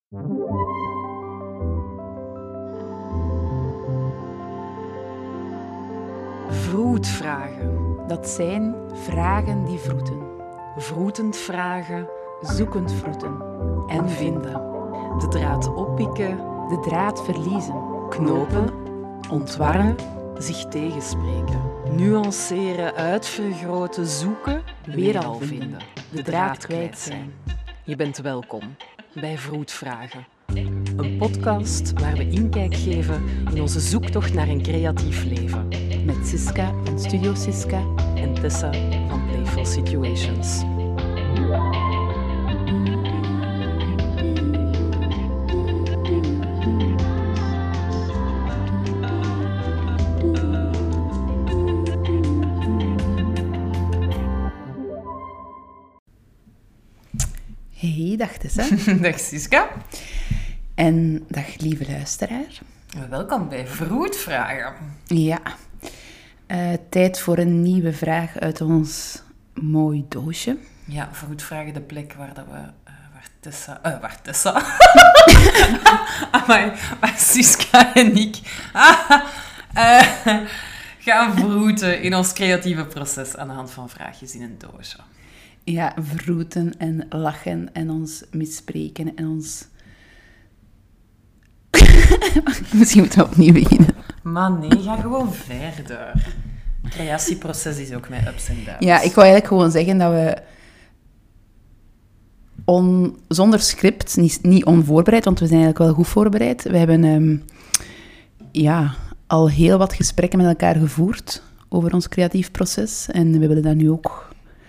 Vroetvragen. Dat zijn vragen die vroeten. Vroetend vragen Zoekend vroeten. en vinden. De draad oppikken, De draad verliezen. knopen, ontwarren, zich tegenspreken. Nuanceren, uitvergroten, zoeken, weer al vinden. De draad kwijt zijn. Je bent welkom bij Vroetvragen. Een podcast waar we inkijk geven in onze zoektocht naar een creatief leven. Met Siska van Studio Siska. En Tessa van Playful Situations. Hey, dag Tessa. Dag Siska. En dag lieve luisteraar. Welkom bij Vroetvragen. Ja, tijd voor een nieuwe vraag uit ons mooi doosje. Ja, Vroetvragen, de plek waar dat we... waar Tessa... Amai, waar Siska en ik... gaan vroeten in ons creatieve proces aan de hand van vraagjes in een doosje. Ja, vroeten en lachen en ons misspreken en ons... Misschien moeten we opnieuw beginnen. Maar nee, ga gewoon verder. Het creatieproces is ook met ups en downs. Ja, ik wou eigenlijk gewoon zeggen dat we zonder script, niet onvoorbereid, want we zijn eigenlijk wel goed voorbereid. We hebben al heel wat gesprekken met elkaar gevoerd over ons creatief proces. En we willen dat nu ook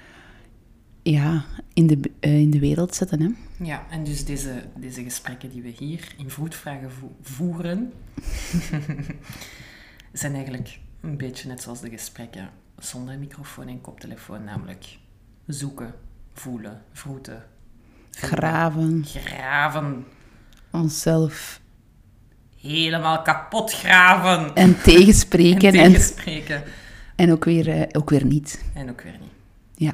in de wereld zetten. Hè? Ja, en dus deze gesprekken die we hier in Vroetvragen voeren, zijn eigenlijk een beetje net zoals de gesprekken zonder microfoon en koptelefoon, namelijk zoeken, voelen, vroeten, graven, Onszelf helemaal kapot graven en tegenspreken. tegenspreken. En ook weer niet. En ook weer niet. Ja.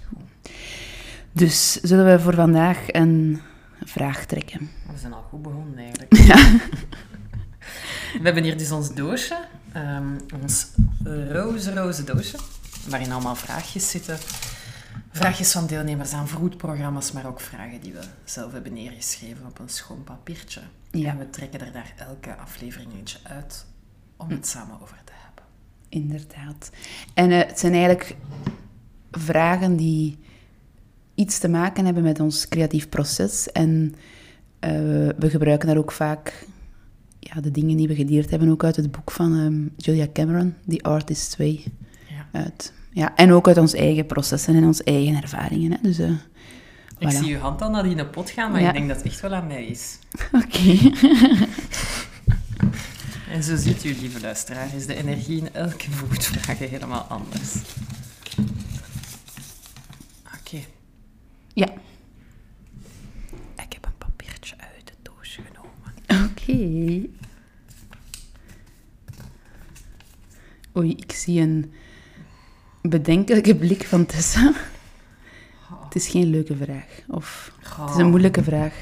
Dus zullen we voor vandaag een vraag trekken? We zijn al goed begonnen eigenlijk. Ja. We hebben hier dus ons doosje, ons roze doosje, waarin allemaal vraagjes zitten. Vraagjes van deelnemers aan vroedprogramma's, maar ook vragen die we zelf hebben neergeschreven op een schoon papiertje. Ja. En we trekken er daar elke aflevering eentje uit om het samen over te hebben. Inderdaad. En het zijn eigenlijk vragen die iets te maken hebben met ons creatief proces. En we gebruiken daar ook vaak de dingen die we geleerd hebben, ook uit het boek van Julia Cameron, The Artist's Way. Ja. Uit. Ja, en ook uit ons eigen processen en onze eigen ervaringen. Hè. Dus, Ik voilà. zie uw hand al naar die pot gaan, maar Ja. ik denk dat het echt wel aan mij is. Oké. En zo ziet u, lieve luisteraar, is de energie in elke vroedvraag helemaal anders. Oké. Ja. Ik heb een papiertje uit het doosje genomen. Oké. Oei, ik zie een bedenkelijke blik van Tessa. Het is geen leuke vraag. Of het is een moeilijke vraag.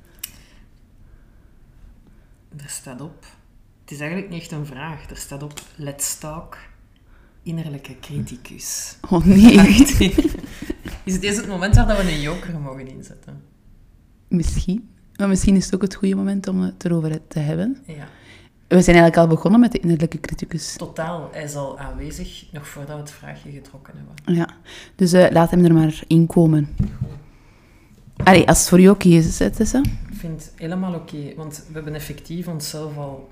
Er staat op... Het is eigenlijk niet echt een vraag. Er staat op... Let's talk. Innerlijke criticus. Oh nee. Is deze het moment waar we een joker mogen inzetten? Misschien. Maar misschien is het ook het goede moment om het erover te hebben. Ja. We zijn eigenlijk al begonnen met de innerlijke criticus. Totaal. Hij is al aanwezig, nog voordat we het vraagje getrokken hebben. Ja. Dus laat hem er maar in komen. Allee, als het voor jou oké is, hè, Tessa? Ik vind het helemaal oké, want we hebben effectief onszelf al...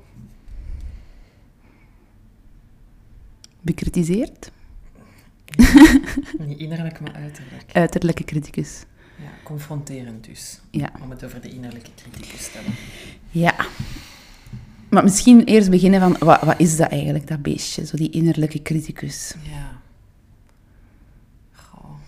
Bekritiseerd? Niet innerlijk, maar uiterlijk. Uiterlijke criticus. Ja, confronterend dus. Ja. Om het over de innerlijke criticus te hebben. Ja. Maar misschien eerst beginnen van, wat is dat eigenlijk, dat beestje? Zo die innerlijke criticus. Ja. Goh.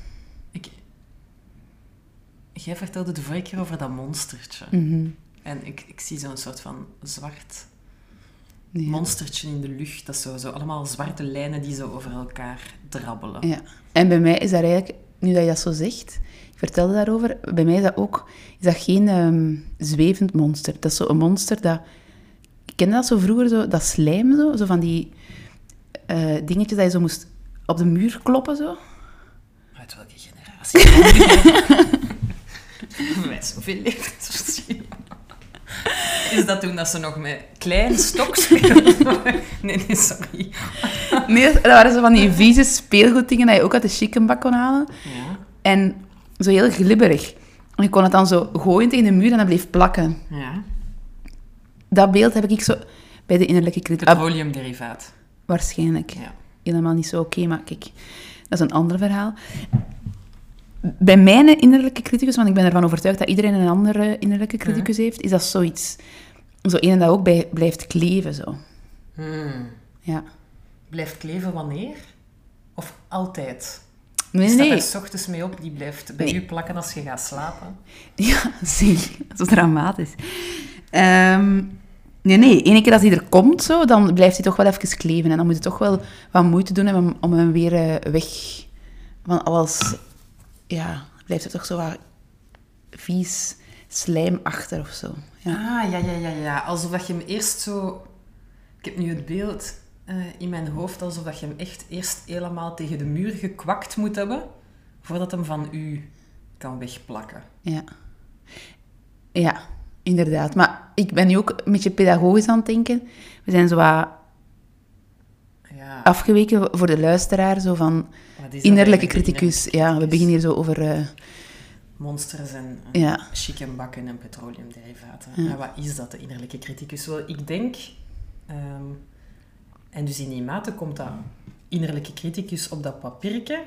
Jij vertelde de vorige keer over dat monstertje. Mhm. En ik zie zo'n soort van zwart Ja. monstertje in de lucht. Dat is zo allemaal zwarte lijnen die zo over elkaar drabbelen. Ja. En bij mij is dat eigenlijk, nu dat je dat zo zegt, ik vertelde daarover. Bij mij is dat geen zwevend monster. Dat is zo een monster dat... Ik kende dat zo vroeger, zo, dat slijm, zo van die dingetjes dat je zo moest op de muur kloppen, zo. Uit welke generatie? Met zoveel leeftijdsverschil. Is dat toen dat ze nog met klein stok speelden? Nee, sorry. Nee, dat waren zo van die vieze speelgoeddingen dat je ook uit de chickenbak kon halen. Ja. En zo heel glibberig. En je kon het dan zo gooien tegen de muur en dat bleef plakken. Ja. Dat beeld heb ik zo bij de innerlijke criticus. Petroleumderivaat. Waarschijnlijk. Ja. Helemaal niet zo oké, maar kijk, dat is een ander verhaal. Bij mijn innerlijke criticus, want ik ben ervan overtuigd dat iedereen een andere innerlijke criticus heeft, is dat zoiets. Zo een dat ook bij blijft kleven, zo. Ja. Blijft kleven wanneer? Of altijd? Nee, Staat nee. er 's ochtends mee op, die blijft bij Nee. u plakken als je gaat slapen? Ja, zie. Zo dramatisch. Nee. Eén keer als hij er komt, zo, dan blijft hij toch wel even kleven. En dan moet je toch wel wat moeite doen om hem weer weg van alles... Ja, blijft er toch zo wat vies slijm achter of zo. Ja. Ah, ja. Alsof dat je hem eerst zo... Ik heb nu het beeld in mijn hoofd, alsof dat je hem echt eerst helemaal tegen de muur gekwakt moet hebben, voordat hem van u kan wegplakken. Ja, inderdaad. Maar ik ben nu ook een beetje pedagogisch aan het denken. We zijn zo wat afgeweken voor de luisteraar, zo van innerlijke criticus. Ja, we beginnen hier zo over... monsters en chickenbakken en petroleumderivaten. Ja. Maar wat is dat, de innerlijke criticus? Wel, ik denk... en dus in die mate komt dat innerlijke criticus op dat papiertje.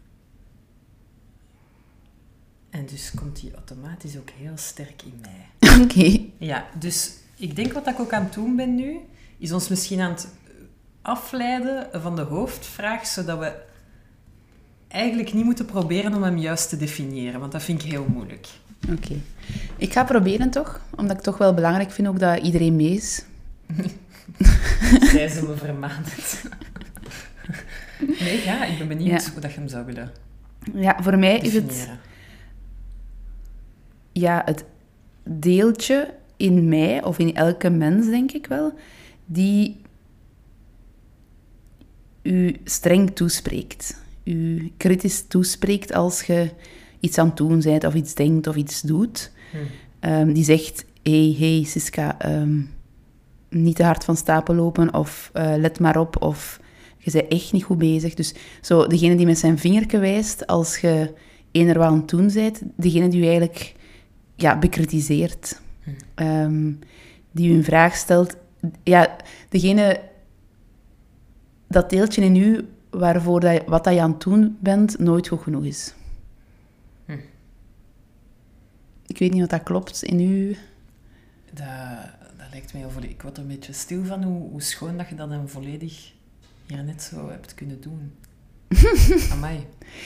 En dus komt die automatisch ook heel sterk in mij. Oké. Ja, dus ik denk wat ik ook aan het doen ben nu, is ons misschien aan het afleiden van de hoofdvraag, zodat we eigenlijk niet moeten proberen om hem juist te definiëren, want dat vind ik heel moeilijk. Oké. Ik ga proberen toch, omdat ik toch wel belangrijk vind ook dat iedereen mee is. Zij zullen vermaand. Nee, ja, ik ben benieuwd hoe dat je hem zou willen Ja, voor mij is definiëren. Het deeltje in mij, of in elke mens, denk ik wel, die u streng toespreekt. U kritisch toespreekt als je iets aan het doen bent, of iets denkt, of iets doet. Die zegt, hey, Siska, niet te hard van stapel lopen, of let maar op, of je bent echt niet goed bezig. Dus zo, degene die met zijn vingertje wijst als je eender wat aan het doen bent, degene die je eigenlijk bekritiseert, die u een vraag stelt. Ja, degene, dat deeltje in u waarvoor wat je aan het doen bent nooit goed genoeg is. Ik weet niet of dat klopt in u. Dat lijkt mij over. Ik word er een beetje stil van hoe schoon dat je dat dan volledig hier net zo hebt kunnen doen. Amai.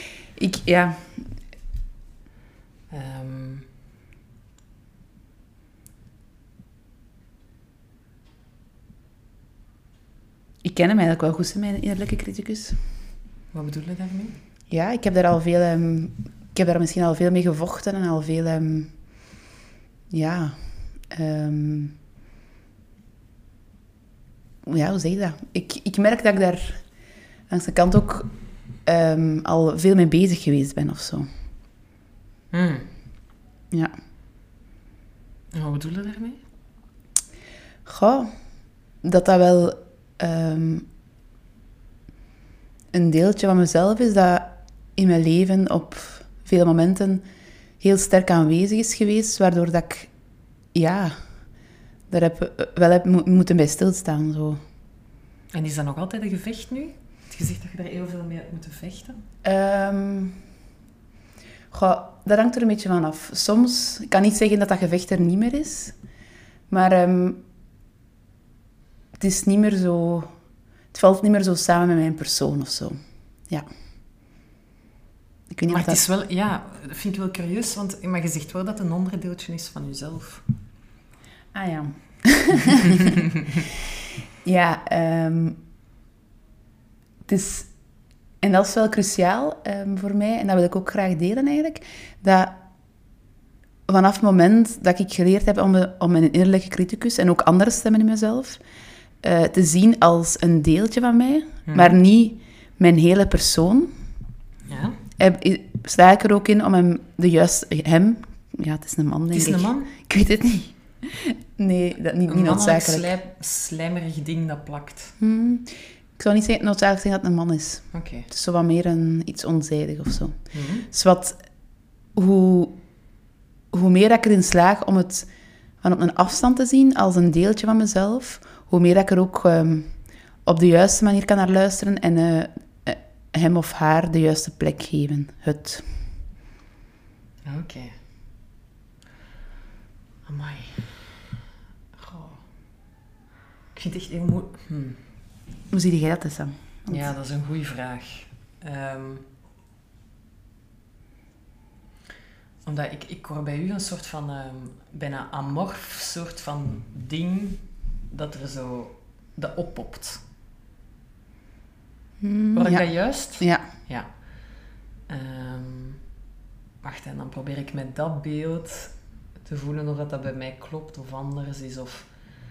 Ik ken hem eigenlijk wel goed, mijn innerlijke criticus. Wat bedoel je daarmee? Ja, ik heb daar misschien al veel mee gevochten en al veel... hoe zeg je dat? Ik merk dat ik daar langs de kant ook al veel mee bezig geweest ben of zo. Ja. En wat bedoel je daarmee? Goh, dat wel een deeltje van mezelf is dat in mijn leven op vele momenten heel sterk aanwezig is geweest, waardoor dat ik, daar heb moeten bij stilstaan. Zo. En is dat nog altijd een gevecht nu? Heb je gezegd dat je daar heel veel mee hebt moeten vechten? Dat hangt er een beetje van af. Soms, ik kan niet zeggen dat gevecht er niet meer is, maar het is niet meer zo... Het valt niet meer zo samen met mijn persoon of zo. Ja. Ik weet niet maar of het is wel... Ja, dat vind ik wel curieus, maar je zegt wel dat het een onderdeeltje is van jezelf. Ah ja. Ja, het is En dat is wel cruciaal voor mij, en dat wil ik ook graag delen eigenlijk, dat vanaf het moment dat ik geleerd heb om mijn innerlijke criticus en ook andere stemmen in mezelf te zien als een deeltje van mij, maar niet mijn hele persoon, sta ik er ook in om hem ja, het is een man, denk ik. Het is een man? Ik weet het niet. Nee, dat niet noodzakelijk. Een slijmerig ding dat plakt. Ik zou niet noodzakelijk zeggen dat het een man is. Okay. Het is zo wat meer iets onzijdig of zo. Dus hoe meer ik erin slaag om het van op een afstand te zien als een deeltje van mezelf, hoe meer ik er ook op de juiste manier kan naar luisteren en hem of haar de juiste plek geven. Oké. Amai. Goh. Ik vind het echt heel moeilijk. Hoe zie jij dat, Tessa? Ja, dat is een goede vraag. Omdat ik hoor bij u een soort van bijna amorf soort van ding dat er zo dat oppopt. Hoor ik dat juist? Ja. Ja. Wacht, en dan probeer ik met dat beeld te voelen of dat bij mij klopt of anders is. Of,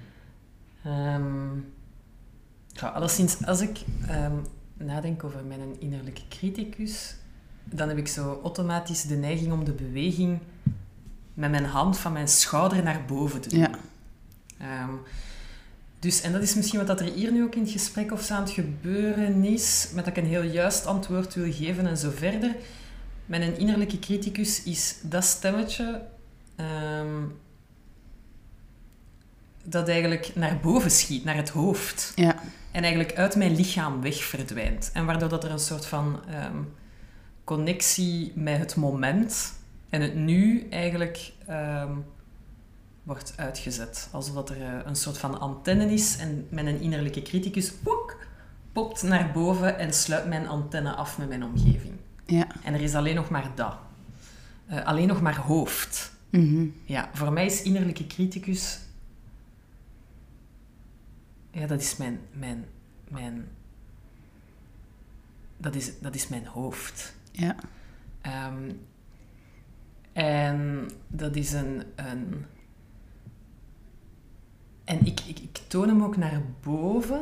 alleszins, als ik nadenk over mijn innerlijke criticus, dan heb ik zo automatisch de neiging om de beweging met mijn hand van mijn schouder naar boven te doen. Ja. Dus, en dat is misschien wat dat er hier nu ook in het gesprek of zo aan het gebeuren is, met dat ik een heel juist antwoord wil geven en zo verder. Mijn innerlijke criticus is dat stemmetje dat eigenlijk naar boven schiet, naar het hoofd. Ja. En eigenlijk uit mijn lichaam weg verdwijnt. En waardoor dat er een soort van connectie met het moment en het nu eigenlijk wordt uitgezet. Alsof dat er een soort van antenne is en mijn innerlijke criticus popt naar boven en sluit mijn antenne af met mijn omgeving. Ja. En er is alleen nog maar dat. Alleen nog maar hoofd. Ja, voor mij is innerlijke criticus... Ja, dat is mijn dat is mijn hoofd. Ja. En dat is en ik toon hem ook naar boven,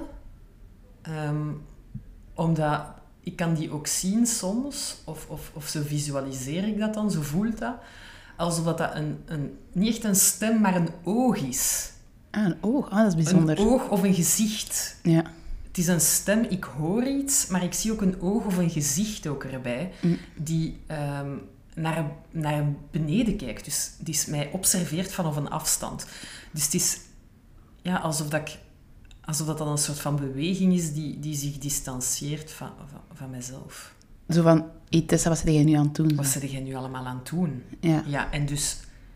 omdat ik kan die ook zien soms, of zo visualiseer ik dat dan, zo voelt dat, alsof dat niet echt een stem, maar een oog is. Ah, een oog. Ah, dat is bijzonder. Een oog of een gezicht. Ja. Het is een stem, ik hoor iets, maar ik zie ook een oog of een gezicht ook erbij, die naar beneden kijkt. Dus die mij observeert vanaf een afstand. Dus het is alsof dat dan een soort van beweging is die zich distancieert van mezelf. Zo van, hey Tessa, wat ben jij nu aan het doen? Wat ben jij nu allemaal aan het doen? Ja. Ja, en dus...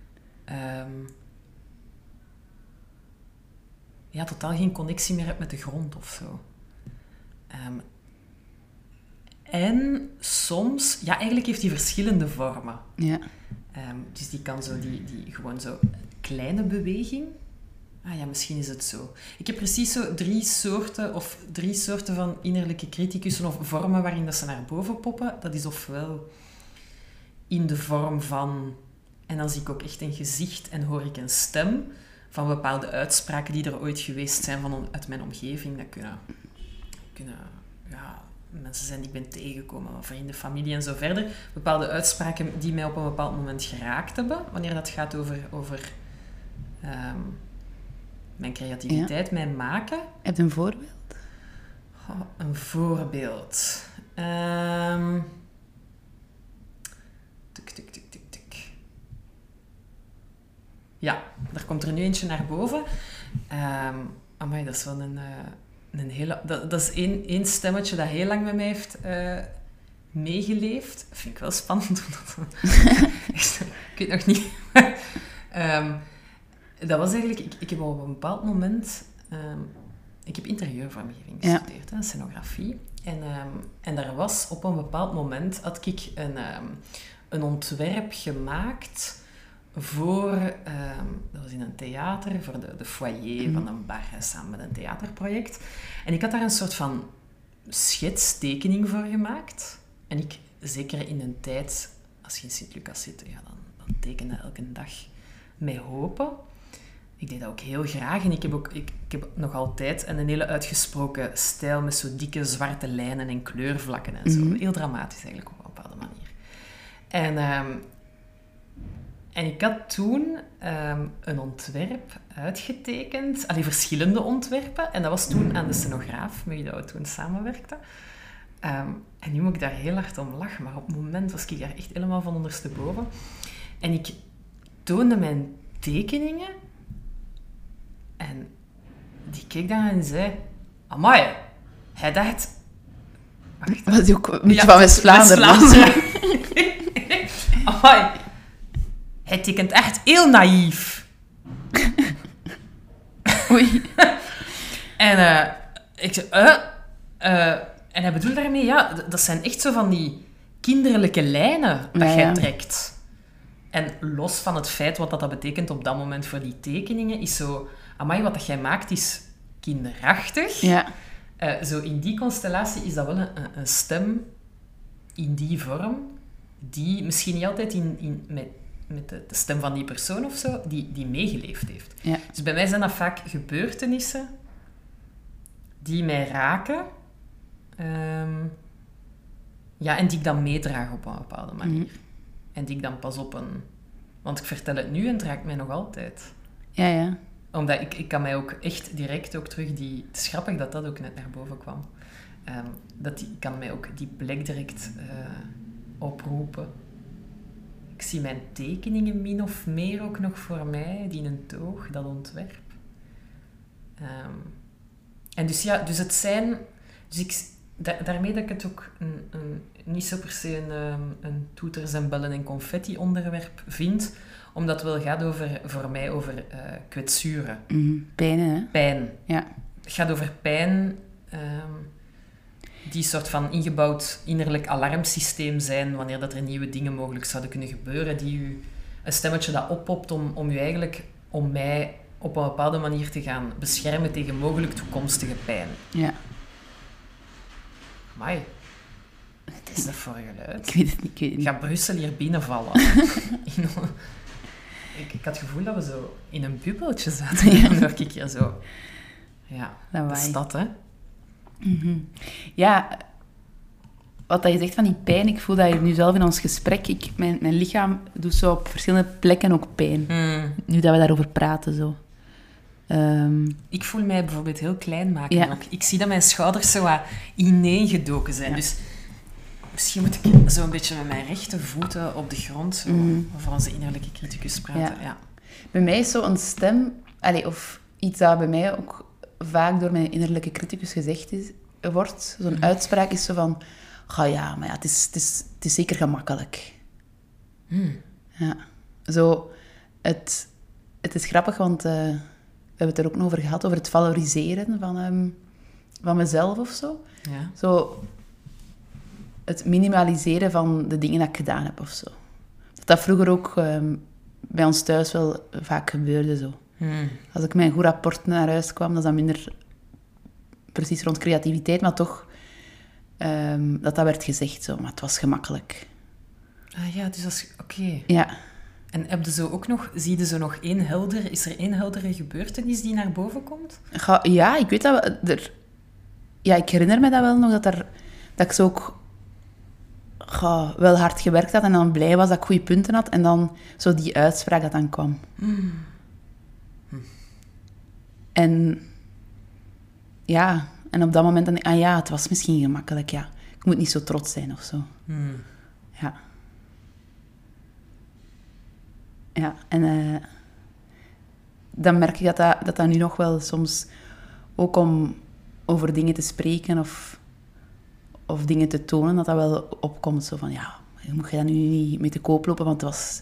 totaal geen connectie meer heb met de grond of zo. En soms... Ja, eigenlijk heeft die verschillende vormen. Ja. Dus die kan zo die gewoon zo kleine beweging... Ah ja, misschien is het zo. Ik heb precies zo drie soorten van innerlijke criticussen of vormen waarin dat ze naar boven poppen. Dat is ofwel in de vorm van... En dan zie ik ook echt een gezicht en hoor ik een stem van bepaalde uitspraken die er ooit geweest zijn uit mijn omgeving. Dat kunnen mensen zijn die ik ben tegengekomen, vrienden, familie en zo verder. Bepaalde uitspraken die mij op een bepaald moment geraakt hebben, wanneer dat gaat over mijn creativiteit, mijn maken. Heb je een voorbeeld? Oh, een voorbeeld. Ja, daar komt er nu eentje naar boven. Amai, dat is wel een hele... Dat is één stemmetje dat heel lang met mij heeft meegeleefd. Dat vind ik wel spannend. Ik weet nog niet. Dat was eigenlijk... Ik heb op een bepaald moment... ik heb interieurvormgeving gestudeerd, scenografie. En daar was op een bepaald moment... had ik een ontwerp gemaakt... voor... dat was in een theater, voor de foyer van een bar, samen met een theaterproject. En ik had daar een soort van schetstekening voor gemaakt. En ik, zeker in een tijd, als je in Sint-Lucas zit, ja, dan teken je elke dag met hopen. Ik deed dat ook heel graag. En ik heb nog altijd een hele uitgesproken stijl met zo dikke zwarte lijnen en kleurvlakken en zo. Heel dramatisch eigenlijk op een bepaalde manier. En ik had toen een ontwerp uitgetekend. Verschillende ontwerpen. En dat was toen aan de scenograaf, met wie we toen samenwerkten. En nu moet ik daar heel hard om lachen. Maar op het moment was ik daar echt helemaal van ondersteboven. En ik toonde mijn tekeningen. En die keek dan en zei... Amai, hij dacht... Wacht. Was die ook een beetje van West-Vlaanderen? Amai, hij tekent echt heel naïef. Oei. En ik zei... en hij bedoelt daarmee... Ja, dat zijn echt zo van die kinderlijke lijnen dat jij trekt. En los van het feit wat dat betekent op dat moment voor die tekeningen, is zo... Amai, wat dat jij maakt is kinderachtig. Ja. Zo in die constellatie is dat wel een stem in die vorm, die misschien niet altijd met de stem van die persoon of zo, die meegeleefd heeft. Ja. Dus bij mij zijn dat vaak gebeurtenissen die mij raken. En die ik dan meedraag op een bepaalde manier. En die ik dan pas op een... Want ik vertel het nu en het raakt mij nog altijd. Ja, ja. Omdat ik kan mij ook echt direct ook terug die... Het is grappig dat dat ook net naar boven kwam. Ik kan mij ook die plek direct oproepen. Ik zie mijn tekeningen min of meer ook nog voor mij, die in een toog, dat ontwerp. En dus ja, dus het zijn... Dus daarmee dat ik het ook niet zo per se een toeters en bellen en confetti onderwerp vind, omdat het wel gaat voor mij over kwetsuren. Pijn, hè? Pijn. Ja. Het gaat over pijn die soort van ingebouwd innerlijk alarmsysteem zijn wanneer dat er nieuwe dingen mogelijk zouden kunnen gebeuren, die u een stemmetje dat oppopt om u eigenlijk, om mij op een bepaalde manier te gaan beschermen tegen mogelijk toekomstige pijn. Ja. Amai, wat is dat voor geluid? Ik weet het niet. Gaat Brussel hier binnenvallen? Ik had het gevoel dat we zo in een bubbeltje zaten. Ja. Dan hoor ik hier zo... Ja, de stad, hè? Ja, wat dat je zegt van die pijn, ik voel dat je nu zelf in ons gesprek... Mijn lichaam doet zo op verschillende plekken ook pijn. Nu dat we daarover praten, zo. Ik voel mij bijvoorbeeld heel klein maken ook. Ik zie dat mijn schouders zo wat ineengedoken zijn. Ja. Dus misschien moet ik zo een beetje met mijn rechte voeten op de grond over onze innerlijke criticus praten. Ja. Bij mij is zo een stem, of iets dat bij mij ook vaak door mijn innerlijke criticus gezegd wordt. Zo'n uitspraak is zo van... ja, maar ja, het is zeker gemakkelijk. Ja. Zo, het is grappig, want... We hebben het er ook nog over gehad, over het valoriseren van mezelf of zo. Ja. Zo het minimaliseren van de dingen dat ik gedaan heb of zo. Dat vroeger ook bij ons thuis wel vaak gebeurde zo. Als ik met een goed rapport naar huis kwam, dat is dan minder precies rond creativiteit, maar toch dat werd gezegd zo. Maar het was gemakkelijk. Ah ja, dus dat is... Oké. Ja. En heb je zo ook nog, zie je zo nog is er één heldere gebeurtenis die naar boven komt? Ja, ik weet dat ik herinner me dat wel nog, dat ik zo ook wel hard gewerkt had en dan blij was dat ik goede punten had en dan zo die uitspraak dat dan kwam. En ja, en op dat moment dan het was misschien gemakkelijk, ja. Ik moet niet zo trots zijn of zo. Ja. Ja, en dan merk ik dat nu nog wel soms, ook om over dingen te spreken of dingen te tonen, dat wel opkomt. Zo van, moet je dat nu niet mee te koop lopen, want het was,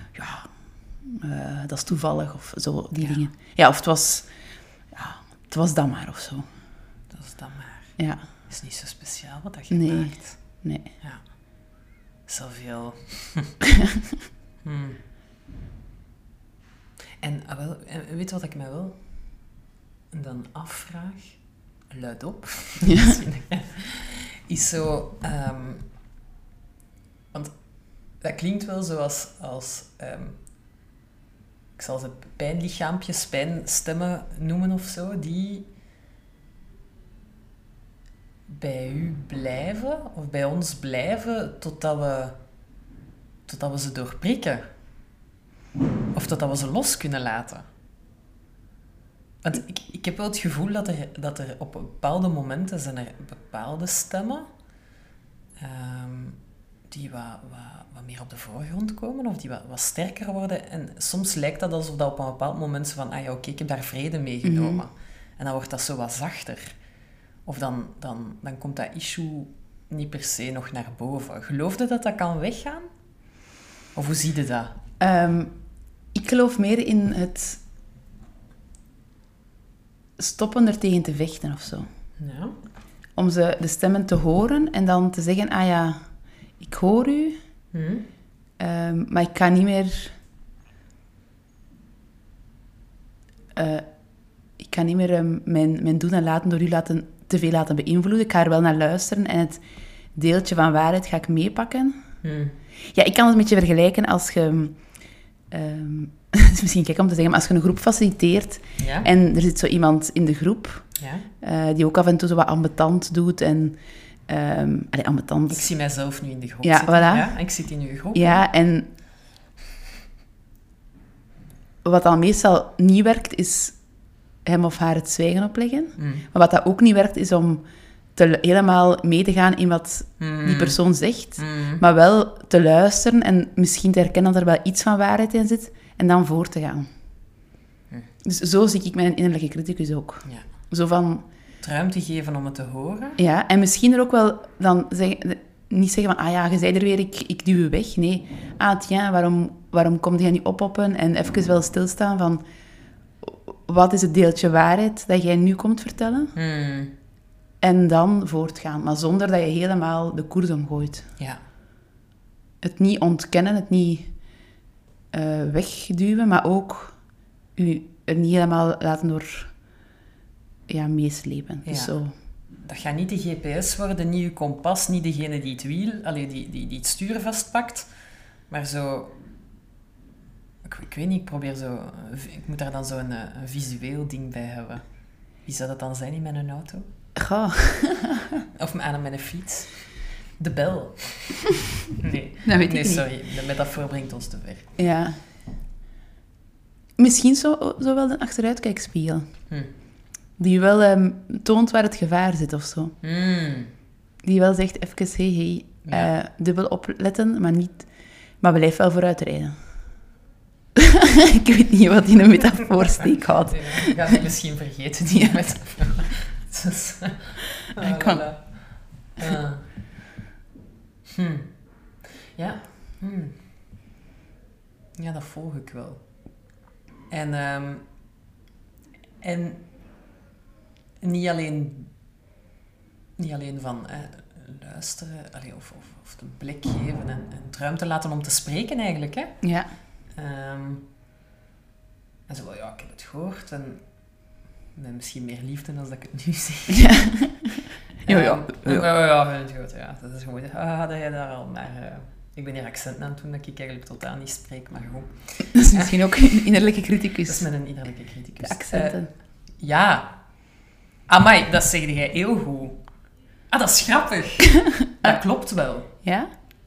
dat is toevallig, of zo, die dingen. Ja, of het was dan maar, of zo. Dat is dan maar. Ja. Het is niet zo speciaal wat dat je maakt. Nee. Ja. Zoveel. En weet je wat ik mij wel dan afvraag? luid op. Ja. Is zo... want dat klinkt wel zoals... ik zal ze pijnlichaampjes, pijnstemmen noemen of zo, die bij u blijven, of bij ons blijven, totdat we ze doorprikken. Of totdat we ze los kunnen laten. Want ik heb wel het gevoel dat er op bepaalde momenten zijn er bepaalde stemmen die wat meer op de voorgrond komen, of die wat sterker worden. En soms lijkt dat alsof dat op een bepaald moment zo van, oké, ik heb daar vrede mee genomen. En dan wordt dat zo wat zachter. Of dan komt dat issue niet per se nog naar boven. Geloof je dat dat kan weggaan? Of hoe zie je dat? Ik geloof meer in het stoppen er tegen te vechten of zo. Ja. Om de stemmen te horen en dan te zeggen, ik hoor u, maar ik kan niet meer... ik kan niet meer mijn doen en laten door u te veel laten beïnvloeden. Ik ga er wel naar luisteren en het deeltje van waarheid ga ik meepakken. Ja, ik kan het een beetje vergelijken als je... het is misschien gek om te zeggen, maar als je een groep faciliteert en er zit zo iemand in de groep die ook af en toe zo wat ambetant doet en... ambetant. Ik zie mijzelf nu in de groep zitten. Voilà. Ja, ik zit in uw groep. Ja, en wat dan meestal niet werkt, is hem of haar het zwijgen opleggen. Maar wat dat ook niet werkt, is om helemaal mee te gaan in wat die persoon zegt, maar wel te luisteren en misschien te herkennen dat er wel iets van waarheid in zit en dan voor te gaan. Dus zo zie ik mijn innerlijke criticus ook. Ja. Zo van... ruimte geven om het te horen. Ja, en misschien er ook wel dan niet zeggen van, je zei er weer, ik duw je weg. Nee, waarom kom je niet oppoppen en even wel stilstaan van, wat is het deeltje waarheid dat jij nu komt vertellen? En dan voortgaan, maar zonder dat je helemaal de koers omgooit. Ja. Het niet ontkennen, het niet wegduwen, maar ook u er niet helemaal laten door meeslepen. Ja. Dus zo. Dat gaat niet de GPS worden, niet je kompas, niet degene die het wiel, die het stuur vastpakt, maar zo... Ik weet niet, ik moet daar dan zo een visueel ding bij hebben. Wie zou dat dan zijn in mijn auto? Goh. Of aan mijn fiets? De bel. Nee, dat weet ik niet. Sorry, de metafoor brengt ons te ver. Ja. Misschien zo wel een achteruitkijkspiegel. Die wel toont waar het gevaar zit of zo. Die wel zegt even, dubbel opletten, maar blijf wel vooruit rijden. Ik weet niet wat in een metafoor steek houdt. Ik ga het misschien vergeten, die metafoor. Dus, Ja. Ja, dat volg ik wel. En niet alleen van luisteren of de blik geven en ruimte laten om te spreken eigenlijk. Hè? Ja. En zo, ik heb het gehoord en met misschien meer liefde dan dat ik het nu zie. Ja. Ja, vind het goed. Ja, dat is gewoon, had jij daar al maar... ik ben hier accent aan het doen dat ik eigenlijk totaal niet spreek, maar gewoon... Dat is misschien ook een innerlijke criticus. Dat is met een innerlijke criticus. De accenten. Ja. Amai, dat zeg jij heel goed. Dat is grappig. Dat klopt wel. Ja?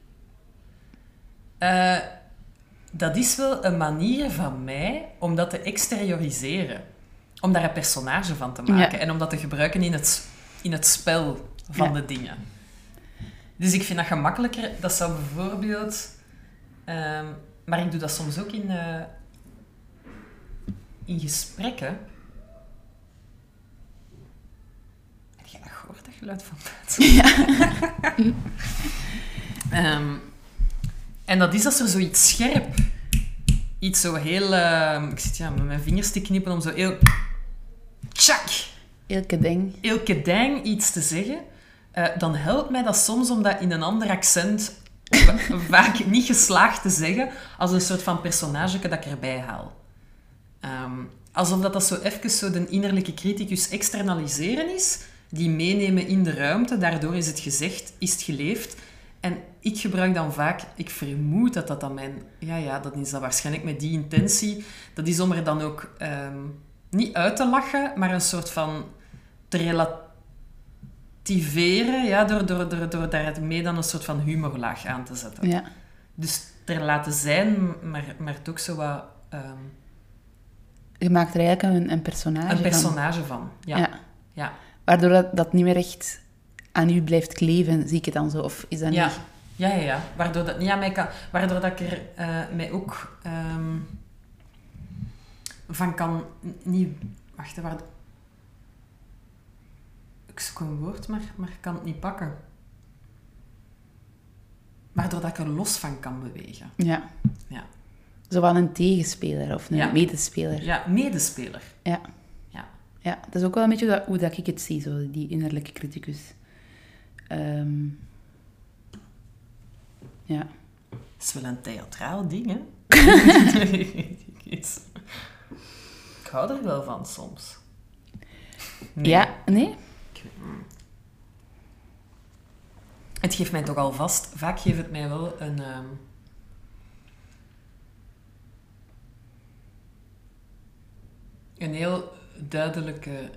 Dat is wel een manier van mij om dat te exterioriseren. Om daar een personage van te maken. En om dat te gebruiken in het spel van de dingen. Dus ik vind dat gemakkelijker. Dat zou bijvoorbeeld... maar ik doe dat soms ook in gesprekken. Heb jij dat gehoord, dat geluid van buiten? Ja. En dat is als er zoiets scherp... Iets zo heel... ik zit met mijn vingers te knippen om zo heel... Tjak! Heel kedeng iets te zeggen. Dan helpt mij dat soms om dat in een ander accent vaak niet geslaagd te zeggen, als een soort van personage dat ik erbij haal. Alsof dat zo even zo de innerlijke criticus externaliseren is, die meenemen in de ruimte. Daardoor is het gezegd, is het geleefd. En ik gebruik dan vaak... Ik vermoed dat dat dan mijn... Ja, dat is dan waarschijnlijk met die intentie. Dat is om er dan ook niet uit te lachen, maar een soort van te relativeren, ja, door daarmee dan een soort van humorlaag aan te zetten. Ja. Dus er laten zijn, maar het ook zo wat... Je maakt er eigenlijk een personage van. Een personage van, ja. Waardoor dat niet meer echt aan u blijft kleven, zie ik het dan zo? Of is dat niet... Ja. Waardoor dat niet aan mij kan... Waardoor dat ik er mij ook van kan... Niet... Wacht, ik zoek een woord, maar ik kan het niet pakken. Waardoor dat ik er los van kan bewegen. Ja. Ja. Zo van een tegenspeler of een medespeler. Ja, medespeler. Ja. Ja, dat is ook wel een beetje hoe dat ik het zie, zo, die innerlijke criticus. Ja. Dat is wel een theatraal ding, hè? Ik hou er wel van, soms. Nee. Ja, nee? Het geeft mij toch al vast... Vaak geeft het mij wel een heel duidelijke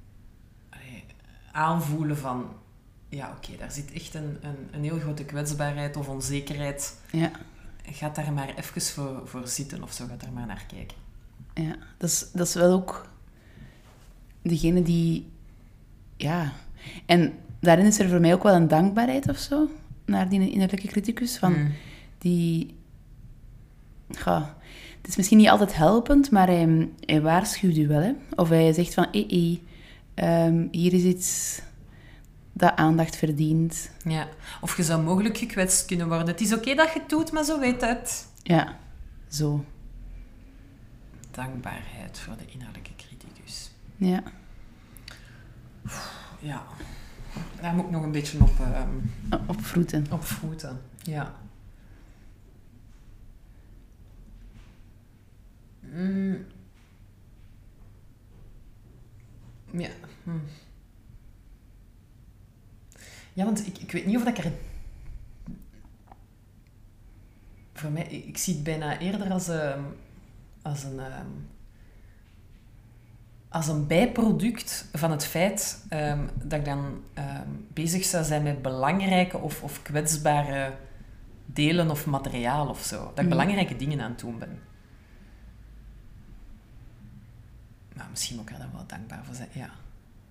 aanvoelen van... Ja, oké, daar zit echt een heel grote kwetsbaarheid of onzekerheid. Ja. Ga daar maar even voor zitten of zo. Ga daar maar naar kijken. Ja, dat is wel ook degene die... Ja. En daarin is er voor mij ook wel een dankbaarheid of zo, naar die innerlijke criticus. Van die... Ja, het is misschien niet altijd helpend, maar hij waarschuwt u wel. Hè? Of hij zegt van, hier is iets dat aandacht verdient. Ja, of je zou mogelijk gekwetst kunnen worden. Het is oké dat je het doet, maar zo weet het. Ja, zo. Dankbaarheid voor de innerlijke criticus. Ja. Ja, daar moet ik nog een beetje op... Op vroeten. Op vroeten, ja. Ja. Ja, want ik weet niet of dat ik er... Voor mij, ik zie het bijna eerder als een bijproduct van het feit dat ik dan bezig zou zijn met belangrijke of kwetsbare delen of materiaal of zo. Dat ik belangrijke dingen aan het doen ben. Maar misschien moet ik er dan wel dankbaar voor zijn, ja.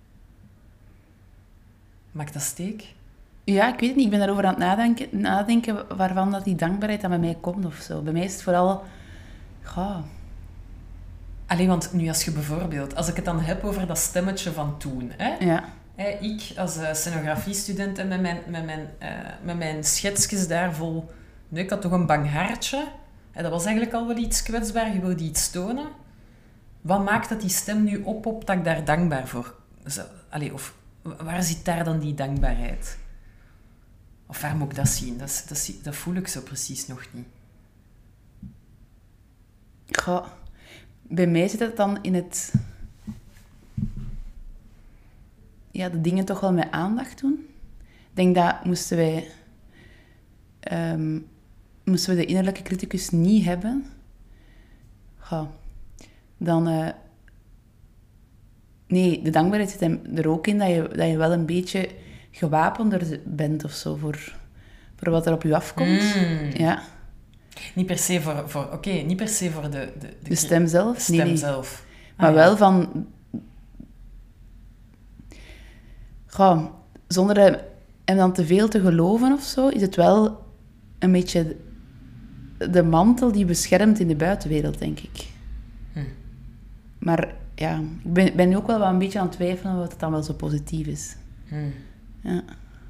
Maakt dat steek? Ja, ik weet het niet. Ik ben daarover aan het nadenken waarvan dat die dankbaarheid dan bij mij komt of zo. Bij mij is het vooral... Ja. Allee, want nu als je bijvoorbeeld... Als ik het dan heb over dat stemmetje van toen, hè? Ja. Ik als scenografiestudent en met mijn schetsjes daar vol... Nee, ik had toch een bang hartje. En dat was eigenlijk al wel iets kwetsbaar. Je wilde iets tonen. Wat maakt dat die stem nu oppopt dat ik daar dankbaar voor... Allee, of waar zit daar dan die dankbaarheid? Of waar moet ik dat zien? Dat voel ik zo precies nog niet. Goh, bij mij zit het dan in het... Ja, de dingen toch wel met aandacht doen. Ik denk dat moesten we de innerlijke criticus niet hebben, dan... Nee, de dankbaarheid zit er ook in dat je wel een beetje gewapender bent of zo voor wat er op je afkomt. Ja. Niet per se niet per se voor de stem zelf. De stem zelf. Maar wel van... Zonder hem dan te veel te geloven of zo, is het wel een beetje de mantel die beschermt in de buitenwereld, denk ik. Maar ja, ik ben nu ook wel een beetje aan het twijfelen of het dan wel zo positief is. Ja.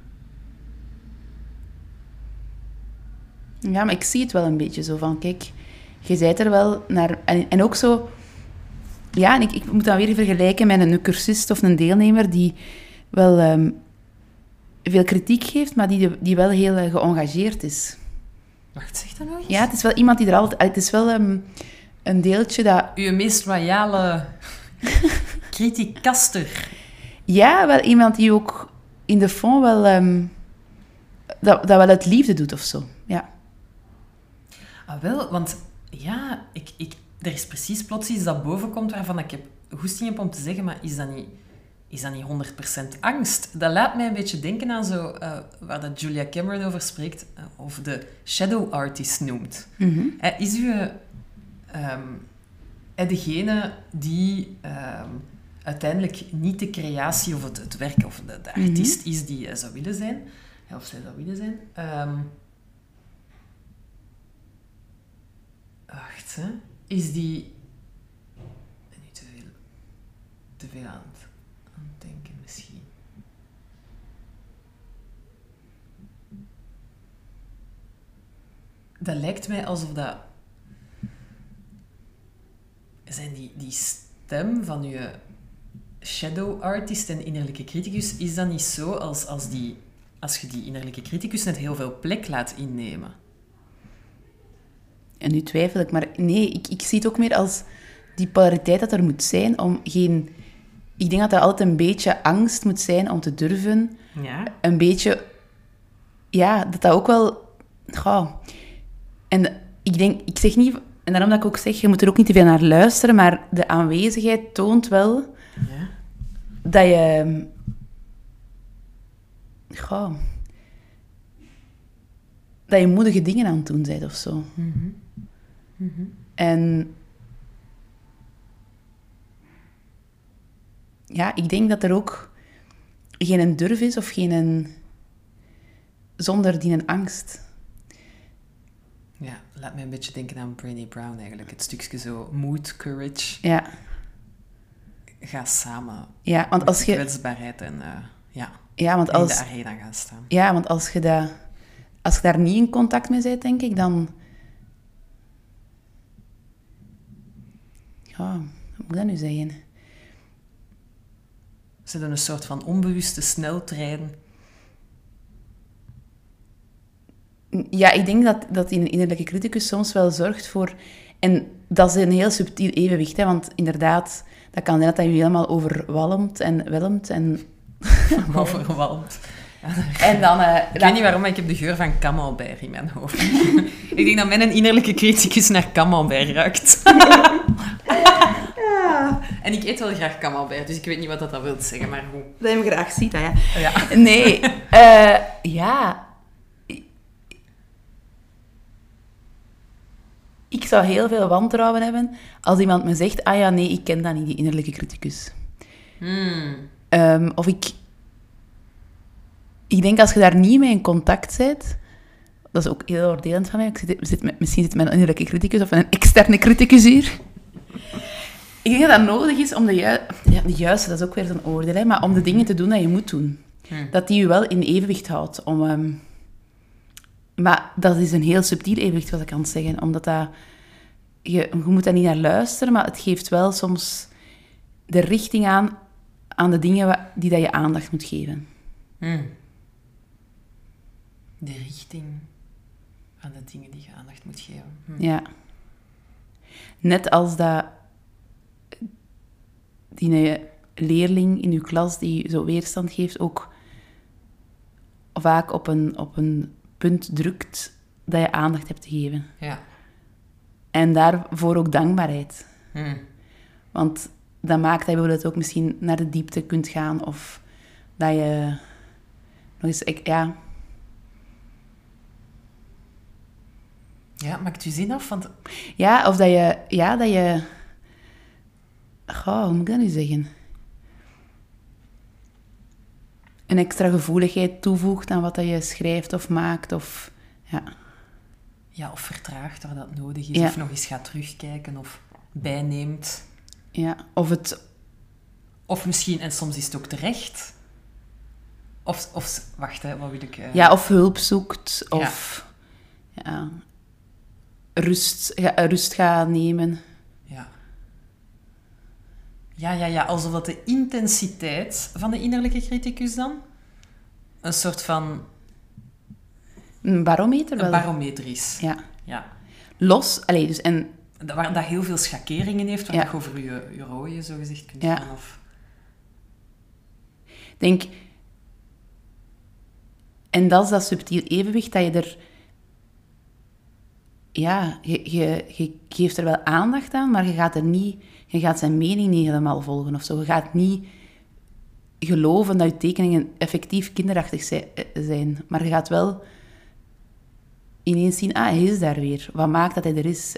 Ja, maar ik zie het wel een beetje zo van, kijk, je bent er wel naar... En ook zo... Ja, en ik moet dan weer vergelijken met een cursist of een deelnemer die wel veel kritiek geeft, maar die wel heel geëngageerd is. Wacht, zeg dat nog eens? Ja, het is wel iemand die er altijd... Het is wel een deeltje dat... Uw meest royale criticaster. Ja, wel iemand die ook in de fond wel... dat wel uit liefde doet of zo. Ja. Ah, wel, want ja, er is precies plots iets dat boven komt waarvan ik heb goesting heb om te zeggen, maar is dat niet 100% angst? Dat laat mij een beetje denken aan zo, waar dat Julia Cameron over spreekt, of de shadow artist noemt. Mm-hmm. Is u degene die uiteindelijk niet de creatie of het werk of de artiest is die hij zou willen zijn, of zij zou willen zijn? Wacht, hè. Is die... Nu te veel aan het denken, misschien. Dat lijkt mij alsof dat... Zijn die stem van je shadow artist en innerlijke criticus, is dat niet zo als je die innerlijke criticus net heel veel plek laat innemen? En nu twijfel ik, maar nee, ik zie het ook meer als die polariteit dat er moet zijn om geen... Ik denk dat er altijd een beetje angst moet zijn om te durven. Ja. Een beetje... Ja, dat ook wel... Goh. En ik zeg niet... En daarom dat ik ook zeg, je moet er ook niet te veel naar luisteren, maar de aanwezigheid toont wel Ja. dat je... Goh. Dat je moedige dingen aan het doen bent of zo. Mm-hmm. Mm-hmm. En ja, ik denk dat er ook geen durf is of geen zonder die een angst. Ja, laat me een beetje denken aan Brené Brown eigenlijk. Het stukje zo mood, courage, Ja, ga samen ja, want als met je... kwetsbaarheid en Ja, want in als... de arena gaan staan. Ja, want als je daar niet in contact mee bent, denk ik, dan... Ja, hoe moet ik dat nu zeggen? Ze hebben een soort van onbewuste sneltrein. Ja, ik denk dat die innerlijke criticus soms wel zorgt voor... En dat is een heel subtiel evenwicht, hè, want inderdaad, dat kan zijn dat je helemaal overwelmt en welmt en... Overweldigd. En dan... Ik weet niet waarom, maar ik heb de geur van camembert in mijn hoofd. Ik denk dat mijn innerlijke criticus naar camembert ruikt. Ja. En ik eet wel graag camembert, dus ik weet niet wat dat wil zeggen, maar hoe. Dat je graag ziet, dat ja. Ja. Nee, ja... Ik zou heel veel wantrouwen hebben als iemand me zegt, ah ja, nee, ik ken dat niet, die innerlijke criticus. Of ik denk als je daar niet mee in contact bent, dat is ook heel oordelend van mij, misschien zit mijn innerlijke criticus of een externe criticus hier. Ik denk dat dat nodig is om de juiste, dat is ook weer zo'n oordeel, hè, maar om de dingen te doen dat je moet doen. Dat die je wel in evenwicht houdt. Maar dat is een heel subtiel evenwicht, wat ik kan zeggen. Omdat je moet daar niet naar luisteren, maar het geeft wel soms de richting aan de dingen die dat je aandacht moet geven. De richting aan de dingen die je aandacht moet geven. Ja. Net als dat die leerling in je klas die zo weerstand geeft, ook vaak op een punt drukt dat je aandacht hebt te geven. Ja. En daarvoor ook dankbaarheid. Want dat maakt dat je bijvoorbeeld ook misschien naar de diepte kunt gaan of dat je nog eens... Ja. Ja, maakt u zin af? Want... Ja, of dat je... Ja, dat je... Goh, hoe moet ik dat nu zeggen? Een extra gevoeligheid toevoegt aan wat dat je schrijft of maakt, of... Ja. Ja, of vertraagt waar dat nodig is, Ja. of nog eens gaat terugkijken, of bijneemt. Ja, of het... Of misschien, en soms is het ook terecht. Of wacht, hè, wat wil ik... Ja, of hulp zoekt, of... Ja. Rust gaat nemen. Ja. Ja, alsof dat de intensiteit van de innerlijke criticus dan een soort van... Een barometer wel. Een barometer is. Ja. Ja. Los, allee, dus en... Waar dat heel veel schakeringen heeft, waar Ja. je over je rooien, zogezegd, kunt Ja. gaan. Of... denk... En dat is dat subtiel evenwicht dat je er... Ja, je geeft er wel aandacht aan, maar je gaat zijn mening niet helemaal volgen of zo. Je gaat niet geloven dat je tekeningen effectief kinderachtig zijn. Maar je gaat wel ineens zien, hij is daar weer. Wat maakt dat hij er is?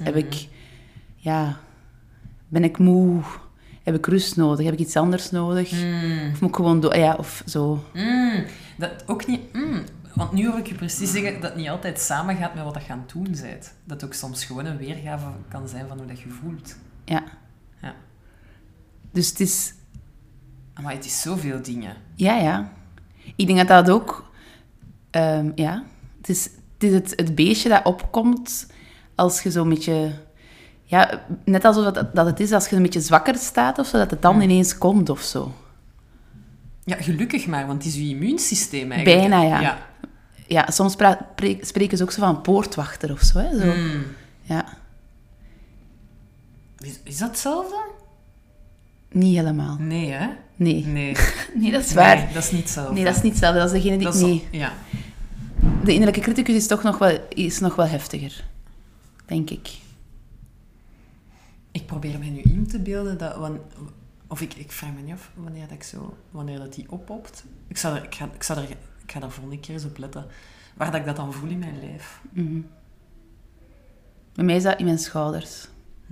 Ben ik moe? Heb ik rust nodig? Heb ik iets anders nodig? Of moet ik gewoon of zo. Dat ook niet... Want nu hoor ik je precies zeggen dat het niet altijd samengaat met wat je aan het doen bent. Dat het ook soms gewoon een weergave kan zijn van hoe dat je voelt. Ja. Dus het is... Maar het is zoveel dingen. Ja. Ik denk dat ook... Het is het beestje dat opkomt als je zo'n beetje... Ja, net alsof dat het is als je een beetje zwakker staat of zo, dat het dan ineens komt of zo. Ja, gelukkig maar, want het is je immuunsysteem eigenlijk. Bijna, ja. Ja, soms spreken ze ook zo van poortwachter of zo. Hè? Zo. Ja. Is dat hetzelfde? Niet helemaal. Nee, hè? Nee. Nee, dat is waar. Nee, dat is niet hetzelfde. Nee, dat is niet hetzelfde. Dat is degene die... Nee. Ja. De innerlijke criticus is toch nog wel heftiger. Denk ik. Ik probeer me nu in te beelden dat... Ik vraag me niet af wanneer dat die oppopt. Ik ga daar volgende keer eens op letten. Waar dat ik dat dan voel in mijn lijf. Mm-hmm. Bij mij is dat in mijn schouders.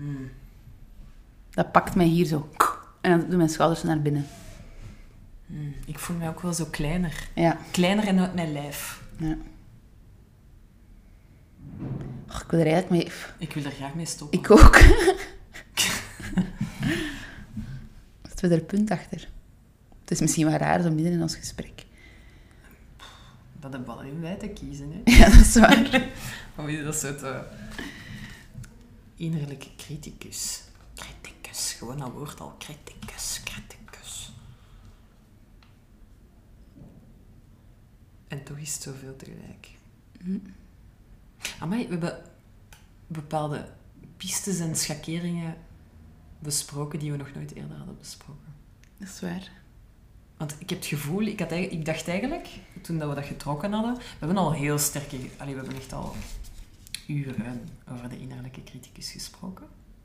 Dat pakt mij hier zo. En dan doen mijn schouders naar binnen. Ik voel mij ook wel zo kleiner. Ja. Kleiner en uit mijn lijf. Ja. Ik wil er eigenlijk mee... Ik wil er graag mee stoppen. Ik ook. Zetten we er punt achter. Het is misschien wel raar zo midden in ons gesprek. Dat hebben we alleen wij te kiezen, hè? Ja, dat is waar. Hoe is dat soort innerlijke criticus? Criticus, gewoon dat woord al. Criticus. En toch is het zoveel tegelijk. Amai, we hebben bepaalde pistes en schakeringen besproken die we nog nooit eerder hadden besproken. Dat is waar. Want ik heb het gevoel, ik dacht eigenlijk, toen we dat getrokken hadden, we hebben al heel sterke... we hebben echt al uren over de innerlijke criticus gesproken.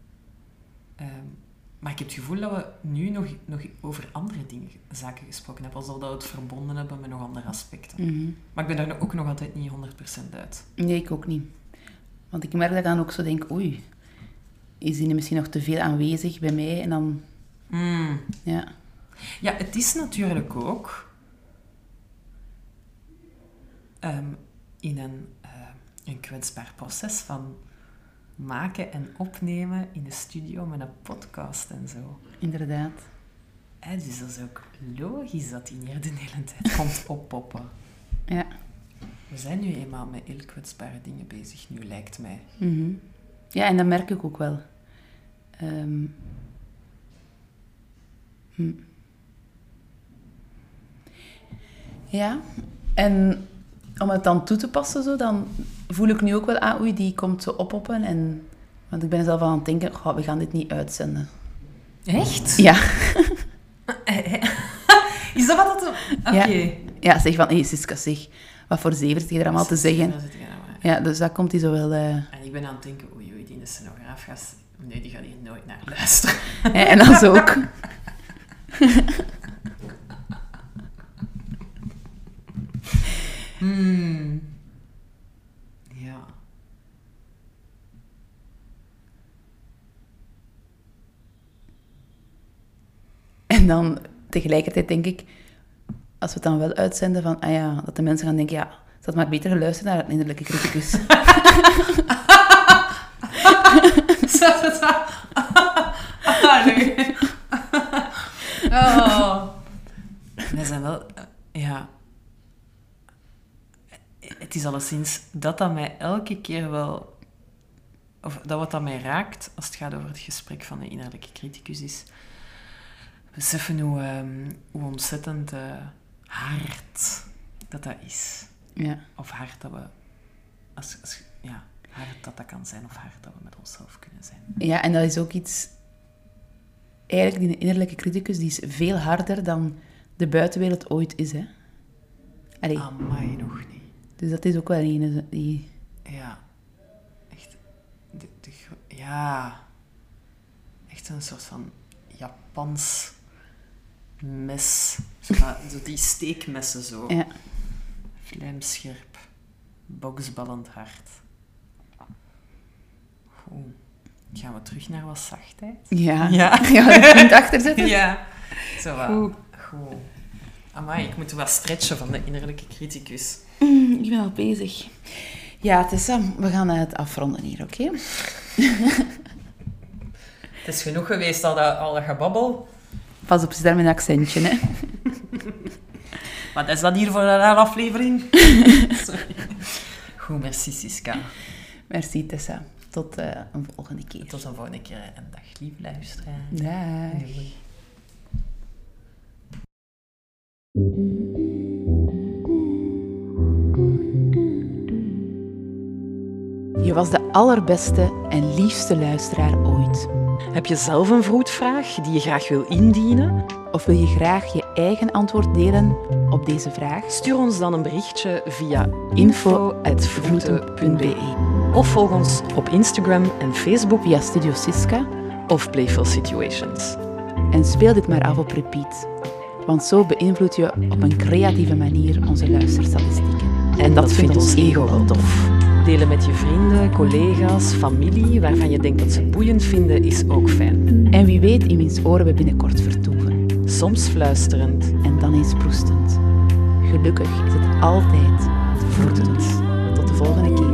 Maar ik heb het gevoel dat we nu nog over andere zaken gesproken hebben, alsof dat we het verbonden hebben met nog andere aspecten. Mm-hmm. Maar ik ben daar ook nog altijd niet 100% uit. Nee, ik ook niet. Want ik merk dat ik dan ook zo denk, oei, is die misschien nog te veel aanwezig bij mij? En dan... Ja. Ja, het is natuurlijk ook in een kwetsbaar proces van maken en opnemen in de studio met een podcast en zo. Inderdaad. Dus dat is ook logisch dat die hier de hele tijd komt oppoppen. Ja. We zijn nu eenmaal met heel kwetsbare dingen bezig, nu lijkt mij. Mm-hmm. Ja, en dat merk ik ook wel. Ja, en om het dan toe te passen, zo, dan voel ik nu ook wel, oei, die komt zo oppoppen. Want ik ben zelf aan het denken, we gaan dit niet uitzenden. Echt? Ja. Is dat wat dat... Oké. Ja, zeg van, Siska, zeg, wat voor zever zit je er allemaal te zeggen? Ja, dus dat komt hij zo wel... En ik ben aan het denken, oei, die scenograaf, nee, die gaat hier nooit naar luisteren. Ja, en dat is ook... Ja. En dan tegelijkertijd denk ik, als we het dan wel uitzenden van, dat de mensen gaan denken, ze had maar beter geluisterd naar het innerlijke criticus. Nee. Wij zijn wel... Het is alleszins dat mij elke keer wel... Of dat wat dat mij raakt, als het gaat over het gesprek van de innerlijke criticus, is... Beseffen hoe ontzettend hard dat is. Ja. Of hard dat we... hard dat kan zijn, of hard dat we met onszelf kunnen zijn. Ja, en dat is ook iets... Eigenlijk, die innerlijke criticus, die is veel harder dan de buitenwereld ooit is, hè. Allee, Amai, nog niet. dus dat is ook wel een die... Ja. Echt. Ja. Echt een soort van Japans mes. Zo die steekmessen zo. Ja. Vlijmscherp. Boksballend hard. Goed. Gaan we terug naar wat zachtheid? Ja. Ja. Gaan we er punt achter zetten? Ja. Zo wat. Goed. Goed. Amai, ik moet wat stretchen van de innerlijke criticus. Ik ben al bezig. Ja, Tessa, we gaan het afronden hier, oké? Het is genoeg geweest, al dat gebabbel. Pas op, zit daar met een accentje, hè. Wat is dat hier voor een aflevering? Sorry. Goed, merci Siska. Merci, Tessa. Tot een volgende keer. Tot een volgende keer en dag, lieve luisteraar. Dag. Doei. Je was de allerbeste en liefste luisteraar ooit. Heb je zelf een vroedvraag die je graag wil indienen? Of wil je graag je eigen antwoord delen op deze vraag? Stuur ons dan een berichtje via info@vroeten.be of volg ons op Instagram en Facebook Via Studio Siska. of Playful Situations. En speel dit maar af op repeat. Want zo beïnvloed je op een creatieve manier onze luisterstatistieken. En dat vindt ons ego wel tof. Delen met je vrienden, collega's, familie, waarvan je denkt dat ze het boeiend vinden, is ook fijn. En wie weet in wiens oren we binnenkort vertoeven. Soms fluisterend. En dan eens proestend. Gelukkig is het altijd vroetend. Tot de volgende keer.